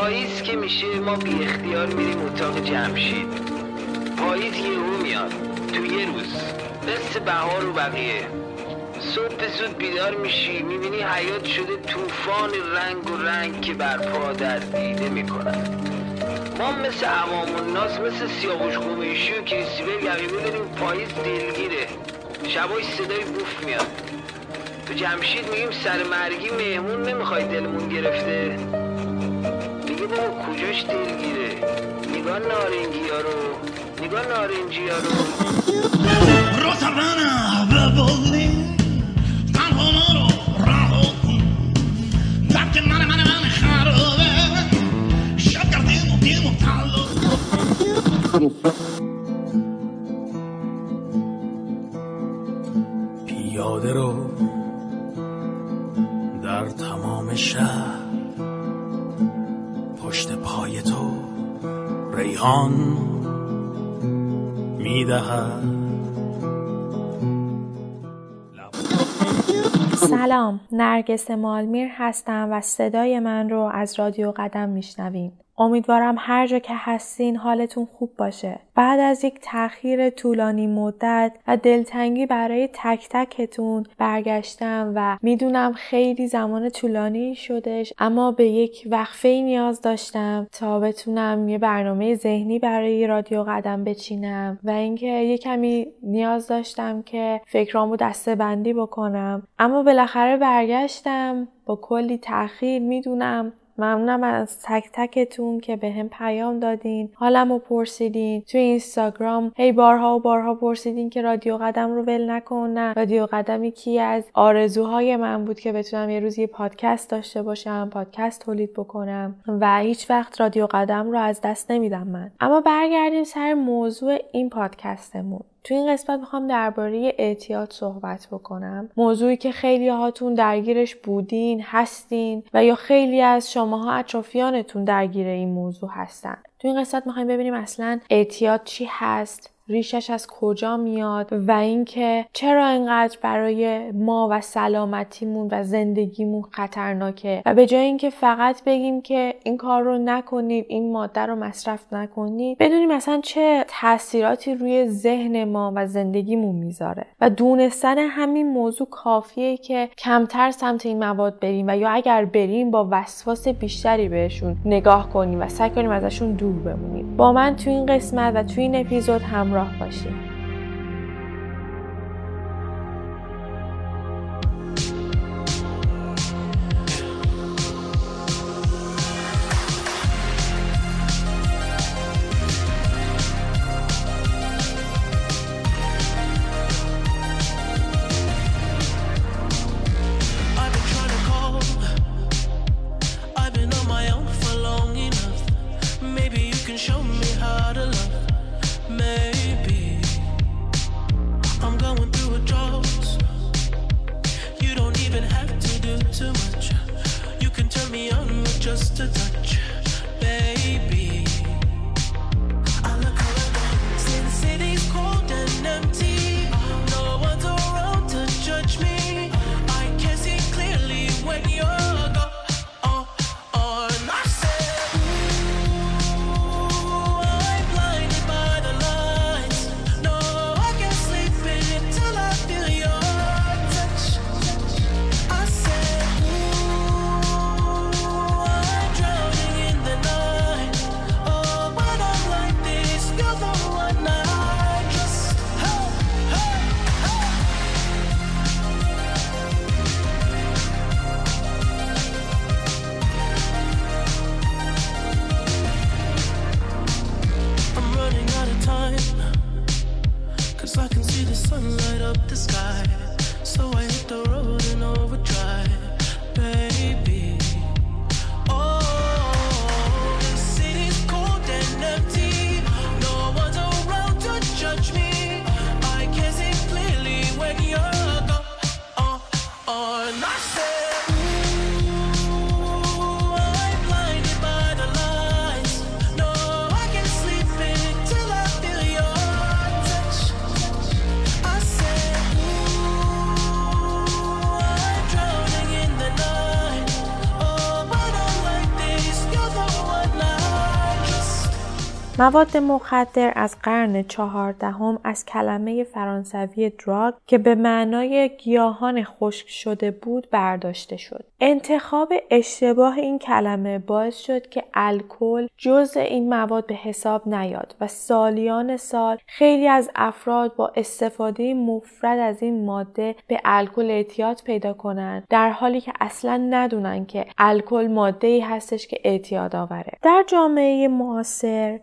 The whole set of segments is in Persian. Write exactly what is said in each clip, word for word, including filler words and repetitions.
پاییز که میشه ما بی اختیار میریم اتاق جمشید. پاییز یهو میاد تو یه روز، مثل بهار و بقیه. صبح زود بیدار میشی میبینی حیات شده طوفان رنگ و رنگ که برپا در دیده میکنن. ما مثل عوام الناس، مثل سیاوش قمیشی و کریستیبل یقیبه داریم پاییز دلگیره. شبای صدای بوف میاد. تو جمشید میگیم سر مرگی مهمون نمیخوای دلمون گرفته. میگه بابا کجاش دلگیره، نگاه نارنجی ها رو، نگاه نارنجی ها رو. روزانه ببولی تنها رو راه کن وقتی من من من خرابه شب کردیم و دیم و تلو پیاده رو در تمام شهر پشت پای تو ریحان میدهد. سلام، نرگس مالمیر هستم و صدای من رو از رادیو قدم میشنوین. امیدوارم هر جا که هستین حالتون خوب باشه. بعد از یک تأخیر طولانی مدت و دلتنگی برای تک تکتون برگشتم و میدونم خیلی زمان طولانی شدش، اما به یک وقفه نیاز داشتم تا بتونم یه برنامه ذهنی برای رادیو قدم بچینم و اینکه یه کمی نیاز داشتم که فکرامو دسته بندی بکنم. اما بالاخره برگشتم با کلی تأخیر. میدونم، ممنونم از تک تکتون که به هم پیام دادین، حالمو پرسیدین توی اینستاگرام. هی بارها و بارها پرسیدین که رادیو قدم رو ول نکن. نه، رادیو قدم یکی از آرزوهای من بود که بتونم یه روز یه پادکست داشته باشم، پادکست تولید بکنم و هیچ وقت رادیو قدم رو از دست نمیدم من. اما برگردیم سر موضوع این پادکستمون. تو این قسمت میخوام درباره اعتیاد صحبت بکنم. موضوعی که خیلی هاتون درگیرش بودین، هستین و یا خیلی از شماها اطرافیانتون درگیر این موضوع هستن. تو این قسمت میخوایم ببینیم اصلا اعتیاد چی هست، ریشش از کجا میاد و اینکه چرا اینقدر برای ما و سلامتیمون و زندگیمون خطرناکه و به جای اینکه فقط بگیم که این کار رو نکنید، این ماده رو مصرف نکنید، بدونیم مثلا چه تاثیراتی روی ذهن ما و زندگیمون میذاره. و دونستن همین موضوع کافیه که کمتر سمت این مواد بریم و یا اگر بریم با وسواس بیشتری بهشون نگاه کنیم و سعی کنیم ازشون دور بمونیم. با من تو این قسمت و تو این اپیزود هم راه باشید. مواد مخدر از قرن چهاردهم از کلمه فرانسوی دراگ که به معنای گیاهان خشک شده بود برداشته شد. انتخاب اشتباه این کلمه باعث شد که الکل جزء این مواد به حساب نیاد و سالیان سال خیلی از افراد با استفاده مفرط از این ماده به الکل اعتیاد پیدا کنند، در حالی که اصلا ندونن که الکل ماده‌ای هستش که اعتیاد آوره. در جامعه معاصر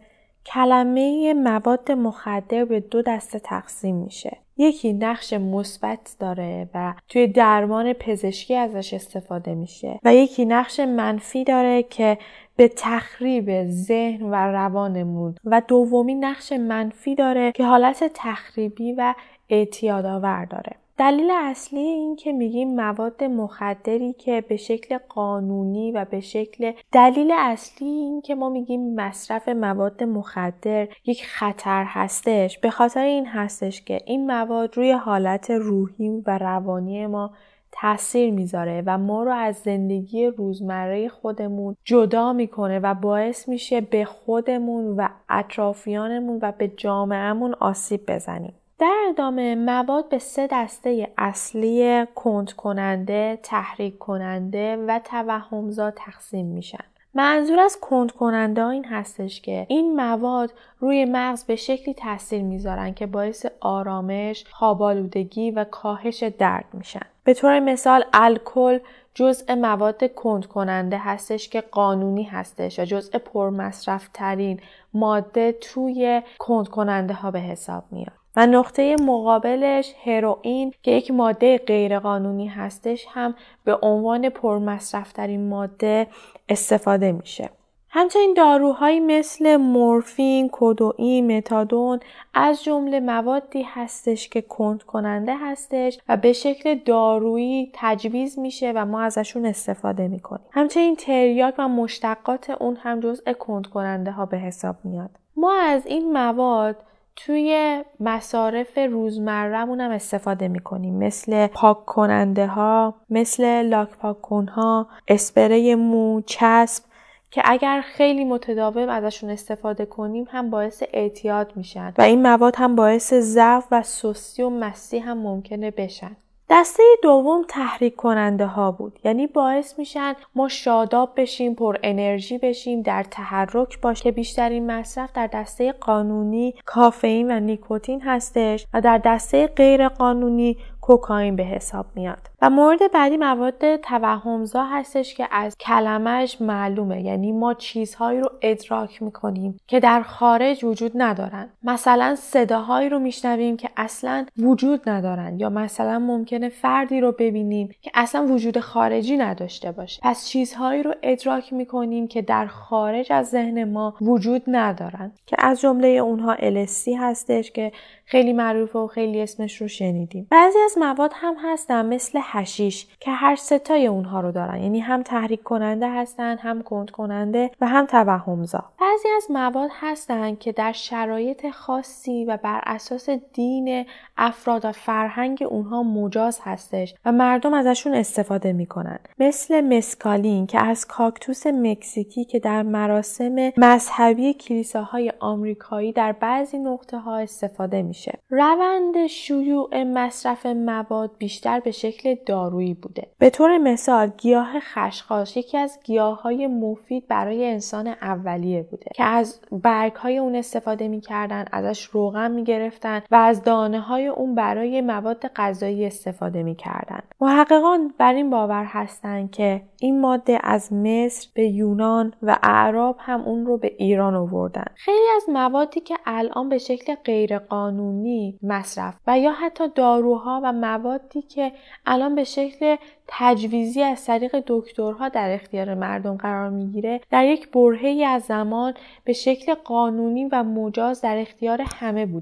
کلمه مواد مخدر به دو دسته تقسیم میشه. یکی نقش مثبت داره و توی درمان پزشکی ازش استفاده میشه و یکی نقش منفی داره که به تخریب ذهن و روانمون و دومی نقش منفی داره که حالت تخریبی و اعتیادآور داره. دلیل اصلی این که میگیم مواد مخدری که به شکل قانونی و به شکل دلیل اصلی این که ما میگیم مصرف مواد مخدر یک خطر هستش به خاطر این هستش که این مواد روی حالت روحی و روانی ما تأثیر میذاره و ما رو از زندگی روزمره خودمون جدا میکنه و باعث میشه به خودمون و اطرافیانمون و به جامعهمون آسیب بزنیم. در ادامه مواد به سه دسته اصلی کند کننده، تحریک کننده و توهمزا تقسیم میشن. منظور از کند کننده این هستش که این مواد روی مغز به شکلی تاثیر میذارن که باعث آرامش، خواب‌آلودگی و کاهش درد میشن. به طور مثال الکل جزء مواد کند کننده هستش که قانونی هستش و جزء پرمصرف ترین ماده توی کند کننده ها به حساب میاد. و نقطه مقابلش هروئین که یک ماده غیرقانونی هستش هم به عنوان پرمصرف‌ترین ماده استفاده میشه. همچنین داروهایی مثل مورفین، کدوئین، متادون از جمله موادی هستش که کند کننده هستش و به شکل دارویی تجویز میشه و ما ازشون استفاده میکنیم. همچنین تریاک و مشتقات اون هم جزء کند کننده ها به حساب میاد. ما از این مواد توی مصارف روزمره‌مون هم استفاده میکنیم، مثل پاک کننده ها، مثل لاک پاک کن ها، اسپری مو، چسب که اگر خیلی متداوم ازشون استفاده کنیم هم باعث اعتیاد میشن و این مواد هم باعث ضعف و سستی و مستی هم ممکنه بشن. دسته دوم تحریک کننده ها بود، یعنی باعث میشن ما شاداب بشیم، پر انرژی بشیم، در تحرک باشه که بیشترین مصرف در دسته قانونی کافئین و نیکوتین هستش و در دسته غیر قانونی کوکائین به حساب میاد. و مورد بعدی مواد توهمزا هستش که از کلمه‌اش معلومه، یعنی ما چیزهایی رو ادراک میکنیم که در خارج وجود ندارن. مثلا صداهایی رو میشنویم که اصلا وجود ندارن یا مثلا ممکنه فردی رو ببینیم که اصلا وجود خارجی نداشته باشه. پس چیزهایی رو ادراک میکنیم که در خارج از ذهن ما وجود ندارن که از جمله اونها ال اس دی هستش که خیلی معروفه و خیلی اسمش رو شنیدیم. بعضی از مواد هم هستن مثل حشیش که هر ستای اونها رو دارن، یعنی هم تحریک کننده هستن، هم کند کننده و هم توهمزا. بعضی از مواد هستن که در شرایط خاصی و بر اساس دین افراد و فرهنگ اونها مجاز هستش و مردم ازشون استفاده میکنن، مثل مسکالین که از کاکتوس مکزیکی که در مراسم مذهبی کلیساهای آمریکایی در بعضی نقطه ها استفاده میشه. روند شیوع مصرف مواد بیشتر به شکل دارویی بوده. به طور مثال گیاه خشخاش یکی از گیاه‌های مفید برای انسان اولیه بوده که از برگ‌های اون استفاده می‌کردن، ازش روغن می‌گرفتن و از دانه‌های اون برای مواد غذایی استفاده می‌کردن. محققان بر این باور هستند که این ماده از مصر به یونان و اعراب هم اون رو به ایران آوردن. خیلی از موادی که الان به شکل غیرقانونی مصرف و یا حتی داروها و موادی که الان به شکل تجویزی از طریق دکترها در اختیار مردم قرار میگیره، در یک برهه‌ای از زمان به شکل قانونی و مجاز در اختیار همه بوده.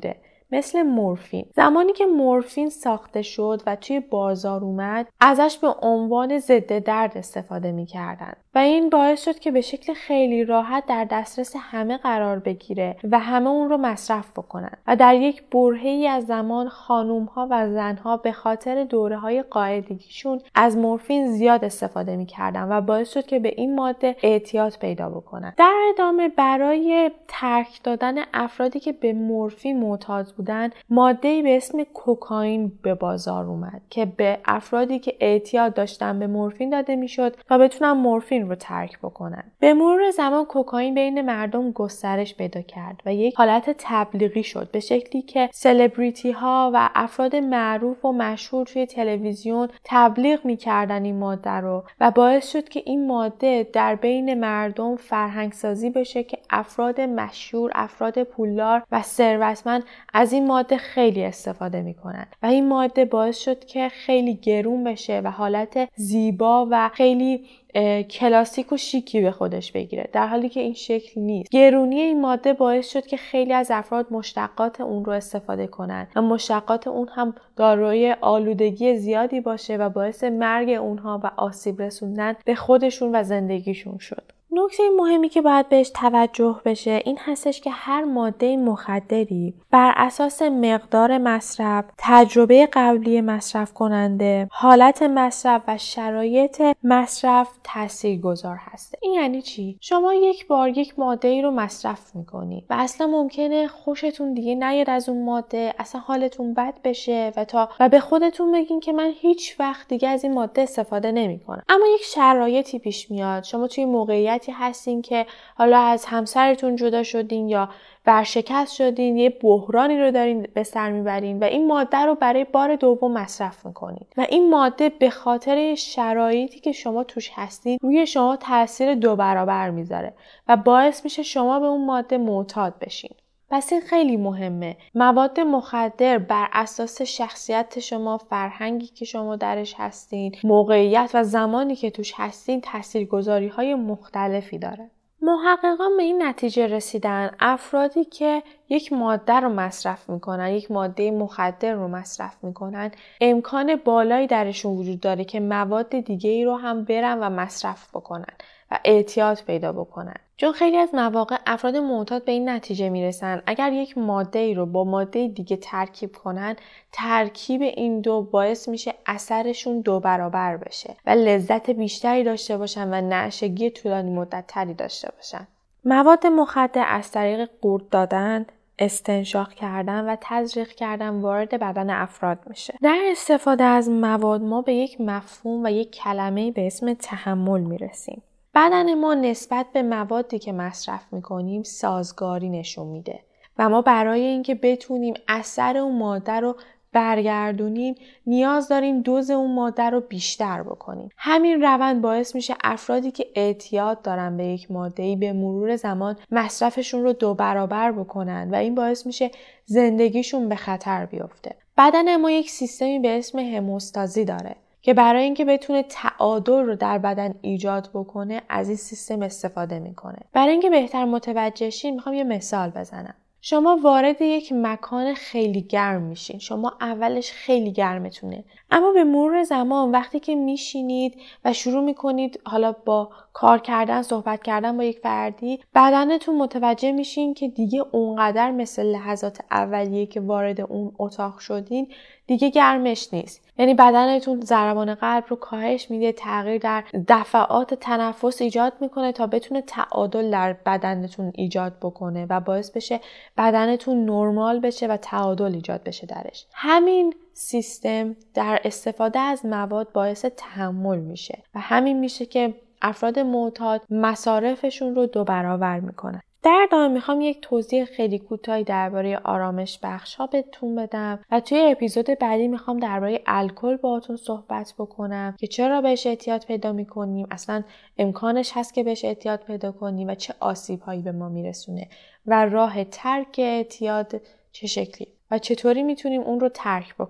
مثل مورفین. زمانی که مورفین ساخته شد و توی بازار اومد، ازش به عنوان ضد درد استفاده می‌کردن و این باعث شد که به شکل خیلی راحت در دسترس همه قرار بگیره و همه اون رو مصرف بکنن و در یک برهه‌ای از زمان خانوم‌ها و زن‌ها به خاطر دوره‌های قاعدگیشون از مورفین زیاد استفاده می‌کردن و باعث شد که به این ماده اعتیاد پیدا بکنن. در ادامه برای ترک دادن افرادی که به مورفین معتاد بودن، ماده‌ای به اسم کوکائین به بازار اومد که به افرادی که اعتیاد داشتن به مورفین داده میشد تا بتونن مورفین رو ترک بکنن. به مرور زمان کوکائین بین مردم گسترش پیدا کرد و یک حالت تبلیغی شد، به شکلی که سلبریتی ها و افراد معروف و مشهور توی تلویزیون تبلیغ میکردن این ماده رو و باعث شد که این ماده در بین مردم فرهنگ سازی بشه که افراد مشهور، افراد پولدار و ثروتمند از این ماده خیلی استفاده میکنن و این ماده باعث شد که خیلی گرون بشه و حالت زیبا و خیلی کلاسیک و شیکی به خودش بگیره، در حالی که این شکل نیست. گرونی این ماده باعث شد که خیلی از افراد مشتقات اون رو استفاده کنن و مشتقات اون هم دارای آلودگی زیادی باشه و باعث مرگ اونها و آسیب رسوندن به خودشون و زندگیشون شد. نکته مهمی که باید بهش توجه بشه این هستش که هر ماده مخدری بر اساس مقدار مصرف، تجربه قبلی مصرف کننده، حالت مصرف و شرایط مصرف تاثیرگذار هست. این یعنی چی؟ شما یک بار یک ماده ای رو مصرف میکنی و اصلا ممکنه خوشتون دیگه نیاد از اون ماده، اصلا حالتون بد بشه و تا و به خودتون بگین که من هیچ وقت دیگه از این ماده استفاده نمیکنم. اما یک شرایطی پیش میاد، شما توی موقعیت هستین که حالا از همسرتون جدا شدین یا ورشکست شدین، یه بحرانی رو دارین به سر میبرین و این ماده رو برای بار دوم مصرف میکنین و این ماده به خاطر شرایطی که شما توش هستین روی شما تاثیر دو برابر میذاره و باعث میشه شما به اون ماده معتاد بشین. پس این خیلی مهمه. مواد مخدر بر اساس شخصیت شما، فرهنگی که شما درش هستین، موقعیت و زمانی که توش هستین تاثیرگذاری‌های مختلفی داره. محققان به این نتیجه رسیدن افرادی که یک ماده رو مصرف میکنن، یک ماده مخدر رو مصرف میکنن، امکان بالایی درشون وجود داره که مواد دیگه ای رو هم برن و مصرف بکنن و اعتیاد پیدا بکنن. چون خیلی از مواقع افراد معتاد به این نتیجه میرسن اگر یک ماده ای رو با ماده دیگه ترکیب کنن، ترکیب این دو باعث میشه اثرشون دو برابر بشه و لذت بیشتری داشته باشن و نعشگی طولانی مدت تری داشته باشن. مواد مخدر از طریق قورت دادن، استنشاق کردن و تزریق کردن وارد بدن افراد میشه. در استفاده از مواد ما به یک مفهوم و یک کلمه به اسم تحمل میرسیم. بدن ما نسبت به موادی که مصرف میکنیم سازگاری نشون میده و ما برای اینکه بتونیم اثر اون ماده رو برگردونیم نیاز داریم دوز اون ماده رو بیشتر بکنیم. همین روند باعث میشه افرادی که اعتیاد دارن به یک ماده‌ای به مرور زمان مصرفشون رو دو برابر بکنن و این باعث میشه زندگیشون به خطر بیفته. بدن ما یک سیستمی به اسم هموستازی داره که برای اینکه بتونه تعادل رو در بدن ایجاد بکنه از این سیستم استفاده میکنه. برای اینکه بهتر متوجه شین میخوام یه مثال بزنم. شما وارد یک مکان خیلی گرم میشین. شما اولش خیلی گرمتونه. اما به مرور زمان وقتی که میشینید و شروع میکنید حالا با کار کردن، صحبت کردن با یک فردی، بدنتون متوجه میشین که دیگه اونقدر مثل لحظات اولیه که وارد اون اتاق شدین دیگه گرمش نیست. یعنی بدنتون ضربان قلب رو کاهش میده، تغییر در دفعات تنفس ایجاد میکنه تا بتونه تعادل در بدنتون ایجاد بکنه و باعث بشه بدنتون نرمال بشه و تعادل ایجاد بشه درش. همین سیستم در استفاده از مواد باعث تحمل میشه و همین میشه که افراد معتاد مصارفشون رو دو برابر میکنن. در ادامه میخوام یک توضیح خیلی کوتاهی درباره آرامش بخش ها بهتون بدم و توی اپیزود بعدی میخوام درباره الکل باهاتون صحبت بکنم که چرا بهش اعتیاد پیدا میکنیم، اصلا امکانش هست که بهش اعتیاد پیدا کنیم و چه آسیب هایی به ما میرسونه و راه ترک اعتیاد چه شکلی و چطوری میتونیم اون رو ترک بکنیم.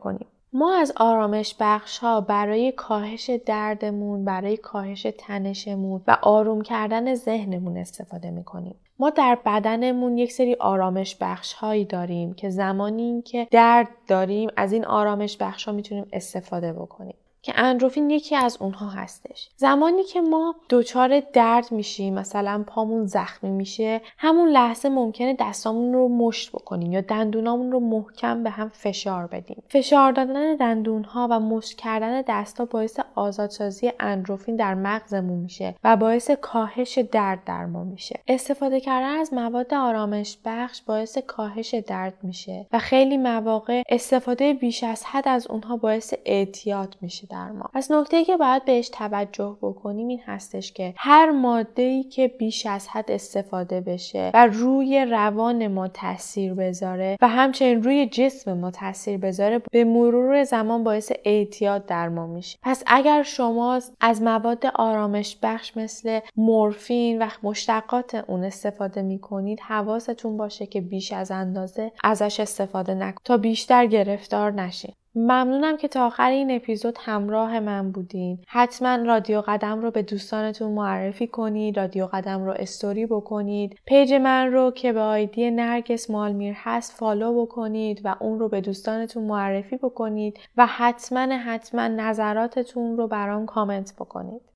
ما از آرامش بخش ها برای کاهش دردمون، برای کاهش تنشمون و آروم کردن ذهنمون استفاده میکنیم. ما در بدنمون یک سری آرامش بخش هایی داریم که زمانی که درد داریم از این آرامش بخش ها میتونیم استفاده بکنیم که اندروفین یکی از اونها هستش. زمانی که ما دچار درد میشیم، مثلا پامون زخمی میشه، همون لحظه ممکنه دستامون رو مشت بکنیم یا دندونامون رو محکم به هم فشار بدیم. فشار دادن دندونها و مشت کردن دستا باعث آزادسازی اندروفین در مغزمون میشه و باعث کاهش درد در ما میشه. استفاده کردن از مواد آرامش بخش باعث کاهش درد میشه و خیلی مواقع استفاده بیش از حد از اونها باعث اعتیاد میشه در ما. از نکته‌ای که باید بهش توجه بکنیم این هستش که هر ماده‌ای که بیش از حد استفاده بشه و روی روان ما تاثیر بذاره و همچنین روی جسم ما تاثیر بذاره، به مرور زمان باعث اعتیاد در ما میشه. پس اگر شما از مواد آرامش بخش مثل مورفین و مشتقات اون استفاده میکنید، حواستون باشه که بیش از اندازه ازش استفاده نکنید تا بیشتر گرفتار نشین. ممنونم که تا آخر این اپیزود همراه من بودین. حتما رادیو قدم رو به دوستانتون معرفی کنید، رادیو قدم رو استوری بکنید، پیج من رو که به آیدی نرگس مالمیر هست فالو بکنید و اون رو به دوستانتون معرفی بکنید و حتما حتما نظراتتون رو برام کامنت بکنید.